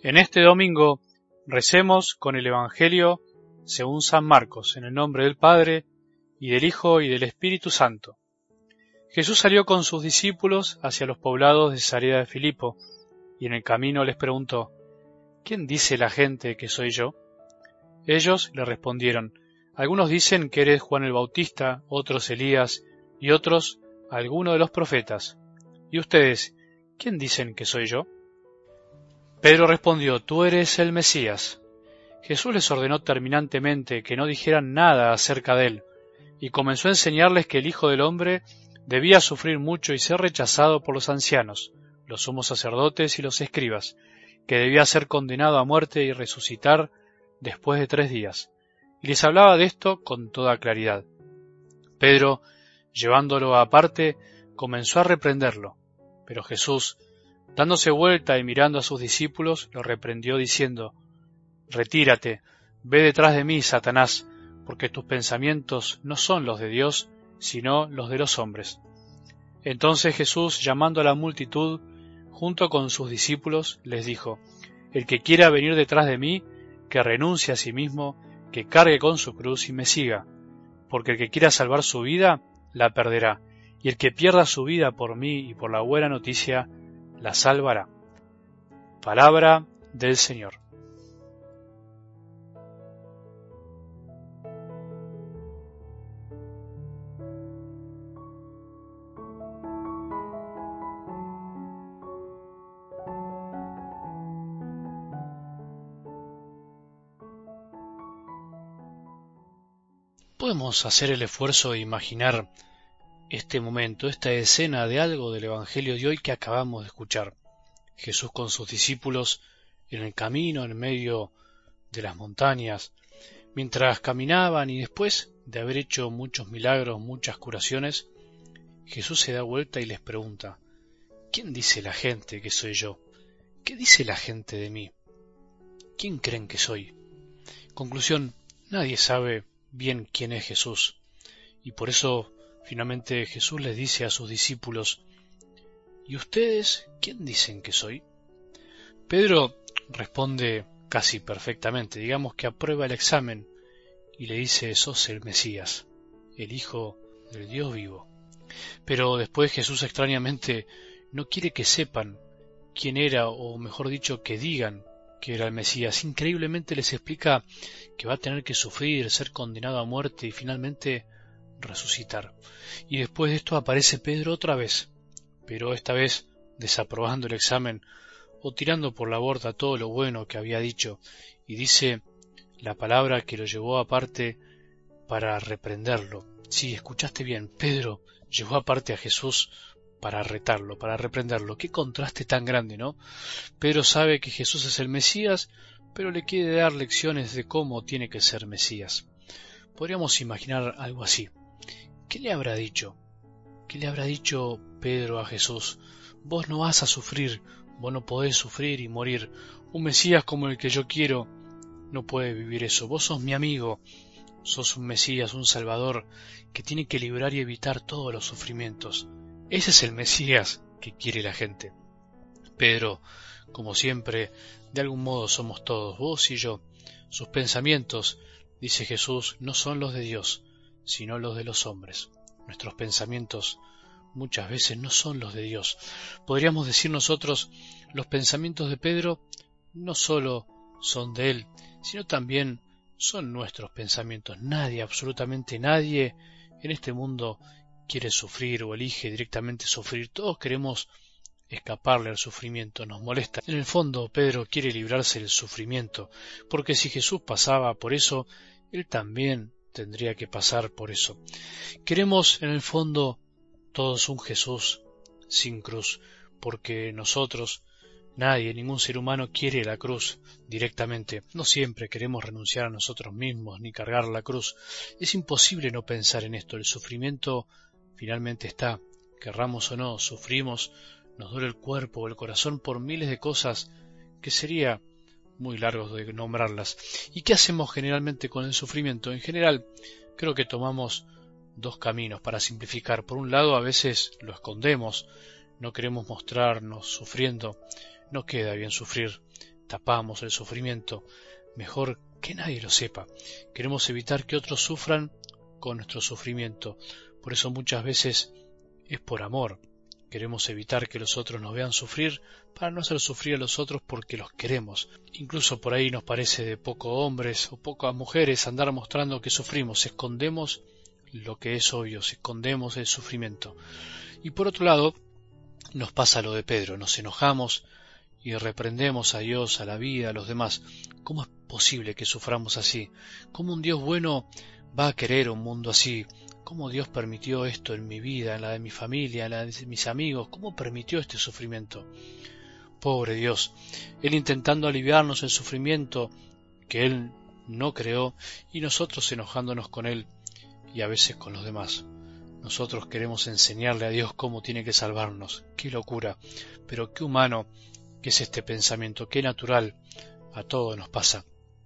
En este domingo recemos con el Evangelio según San Marcos, en el nombre del Padre, y del Hijo, y del Espíritu Santo. Jesús salió con sus discípulos hacia los poblados de Cesarea de Filipo, y en el camino les preguntó: ¿Quién dice la gente que soy yo? Ellos le respondieron: algunos dicen que eres Juan el Bautista, otros Elías, y otros alguno de los profetas. ¿Y ustedes, quién dicen que soy yo? Pedro respondió: tú eres el Mesías. Jesús les ordenó terminantemente que no dijeran nada acerca de él, y comenzó a enseñarles que el Hijo del Hombre debía sufrir mucho y ser rechazado por los ancianos, los sumos sacerdotes y los escribas, que debía ser condenado a muerte y resucitar después de 3 días. Y les hablaba de esto con toda claridad. Pedro, llevándolo aparte, comenzó a reprenderlo, pero Jesús, dándose vuelta y mirando a sus discípulos, lo reprendió diciendo: retírate, ve detrás de mí, Satanás, porque tus pensamientos no son los de Dios, sino los de los hombres. Entonces Jesús, llamando a la multitud, junto con sus discípulos, les dijo: el que quiera venir detrás de mí, que renuncie a sí mismo, que cargue con su cruz y me siga, porque el que quiera salvar su vida, la perderá, y el que pierda su vida por mí y por la buena noticia, la salvará. Palabra del Señor. Podemos hacer el esfuerzo de imaginar este momento, esta escena de algo del Evangelio de hoy que acabamos de escuchar. Jesús con sus discípulos en el camino, en medio de las montañas, mientras caminaban, y después de haber hecho muchos milagros, muchas curaciones, Jesús se da vuelta y les pregunta: ¿quién dice la gente que soy yo? ¿Qué dice la gente de mí? ¿Quién creen que soy? Conclusión: nadie sabe bien quién es Jesús, y por eso finalmente Jesús les dice a sus discípulos: ¿y ustedes quién dicen que soy? Pedro responde casi perfectamente, digamos que aprueba el examen, y le dice: sos el Mesías, el Hijo del Dios vivo. Pero después Jesús extrañamente no quiere que sepan quién era, o mejor dicho, que digan que era el Mesías. Increíblemente les explica que va a tener que sufrir, ser condenado a muerte y finalmente resucitar. Y después de esto aparece Pedro otra vez, pero esta vez desaprobando el examen o tirando por la borda todo lo bueno que había dicho, y dice la palabra que lo llevó aparte para reprenderlo. Sí, escuchaste bien, Pedro llevó aparte a Jesús para retarlo, para reprenderlo. Qué contraste tan grande, ¿no? Pedro sabe que Jesús es el Mesías, pero le quiere dar lecciones de cómo tiene que ser Mesías. Podríamos imaginar algo así. ¿Qué le habrá dicho? ¿Qué le habrá dicho Pedro a Jesús? Vos no vas a sufrir, vos no podés sufrir y morir. Un Mesías como el que yo quiero no puede vivir eso. Vos sos mi amigo, sos un Mesías, un Salvador, que tiene que librar y evitar todos los sufrimientos. Ese es el Mesías que quiere la gente. Pedro, como siempre, de algún modo somos todos, vos y yo. Sus pensamientos, dice Jesús, no son los de Dios, sino los de los hombres. Nuestros pensamientos muchas veces no son los de Dios. Podríamos decir nosotros: los pensamientos de Pedro no solo son de él, sino también son nuestros pensamientos. Nadie, absolutamente nadie en este mundo quiere sufrir o elige directamente sufrir. Todos queremos escaparle al sufrimiento, nos molesta. En el fondo, Pedro quiere librarse del sufrimiento, porque si Jesús pasaba por eso, él también tendría que pasar por eso. Queremos, en el fondo, todos un Jesús sin cruz, porque nosotros, nadie, ningún ser humano quiere la cruz directamente. No siempre queremos renunciar a nosotros mismos ni cargar la cruz. Es imposible no pensar en esto. El sufrimiento finalmente está. Querramos o no, sufrimos, nos duele el cuerpo o el corazón por miles de cosas que sería muy largo de nombrarlas. ¿Y qué hacemos generalmente con el sufrimiento? En general, creo que tomamos 2 caminos para simplificar. Por un lado, a veces lo escondemos, no queremos mostrarnos sufriendo. No queda bien sufrir. tapamos el sufrimiento, mejor que nadie lo sepa. Queremos evitar que otros sufran con nuestro sufrimiento. Por eso muchas veces es por amor. Queremos evitar que los otros nos vean sufrir para no hacer sufrir a los otros porque los queremos. Incluso por ahí nos parece de poco hombres o pocas mujeres andar mostrando que sufrimos. Escondemos lo que es obvio, escondemos el sufrimiento. Y por otro lado, nos pasa lo de Pedro. Nos enojamos y reprendemos a Dios, a la vida, a los demás. ¿Cómo es posible que suframos así? ¿Cómo un Dios bueno va a querer un mundo así? ¿Cómo Dios permitió esto en mi vida, en la de mi familia, en la de mis amigos? ¿Cómo permitió este sufrimiento? Pobre Dios, Él intentando aliviarnos el sufrimiento que Él no creó y nosotros enojándonos con Él y a veces con los demás. Nosotros queremos enseñarle a Dios cómo tiene que salvarnos. ¡Qué locura! Pero qué humano que es este pensamiento, qué natural. A todos nos pasa.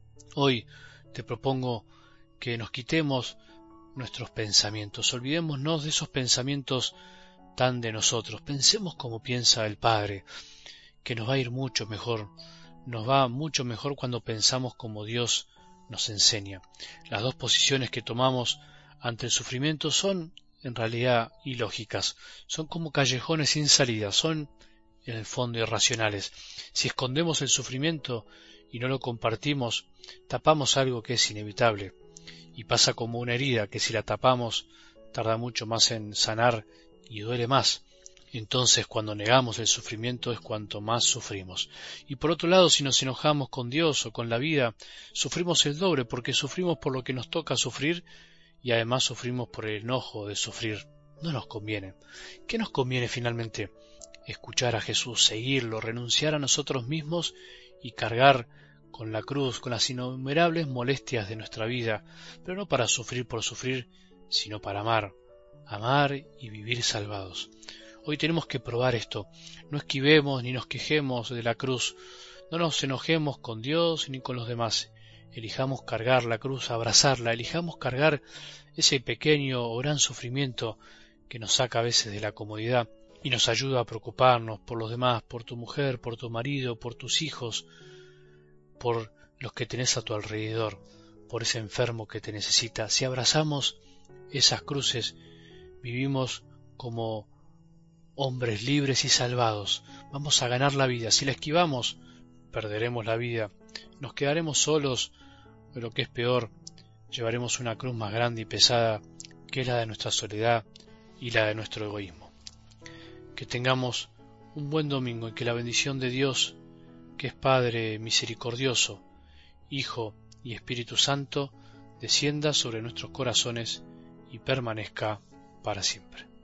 Hoy te propongo que nos quitemos nuestros pensamientos, olvidémonos de esos pensamientos tan de nosotros, pensemos como piensa el Padre, que nos va a ir mucho mejor, nos va mucho mejor cuando pensamos como Dios nos enseña. Las dos posiciones que tomamos ante el sufrimiento son en realidad ilógicas, son como callejones sin salida, son en el fondo irracionales. Si escondemos el sufrimiento y no lo compartimos, tapamos algo que es inevitable. Y pasa como una herida que si la tapamos tarda mucho más en sanar y duele más. Entonces cuando negamos el sufrimiento es cuanto más sufrimos. Y por otro lado, si nos enojamos con Dios o con la vida, sufrimos el doble porque sufrimos por lo que nos toca sufrir y además sufrimos por el enojo de sufrir. No nos conviene. ¿Qué nos conviene finalmente? Escuchar a Jesús, seguirlo, renunciar a nosotros mismos y cargar con la cruz, con las innumerables molestias de nuestra vida, pero no para sufrir por sufrir, sino para amar, amar y vivir salvados. Hoy tenemos que probar esto, no esquivemos ni nos quejemos de la cruz, no nos enojemos con Dios ni con los demás, elijamos cargar la cruz, abrazarla, elijamos cargar ese pequeño o gran sufrimiento que nos saca a veces de la comodidad y nos ayuda a preocuparnos por los demás, por tu mujer, por tu marido, por tus hijos, por los que tenés a tu alrededor, por ese enfermo que te necesita. Si abrazamos esas cruces, vivimos como hombres libres y salvados. Vamos a ganar la vida. Si la esquivamos, perderemos la vida. Nos quedaremos solos, o lo que es peor, llevaremos una cruz más grande y pesada, que es la de nuestra soledad y la de nuestro egoísmo. Que tengamos un buen domingo y que la bendición de Dios, que es Padre misericordioso, Hijo y Espíritu Santo, descienda sobre nuestros corazones y permanezca para siempre.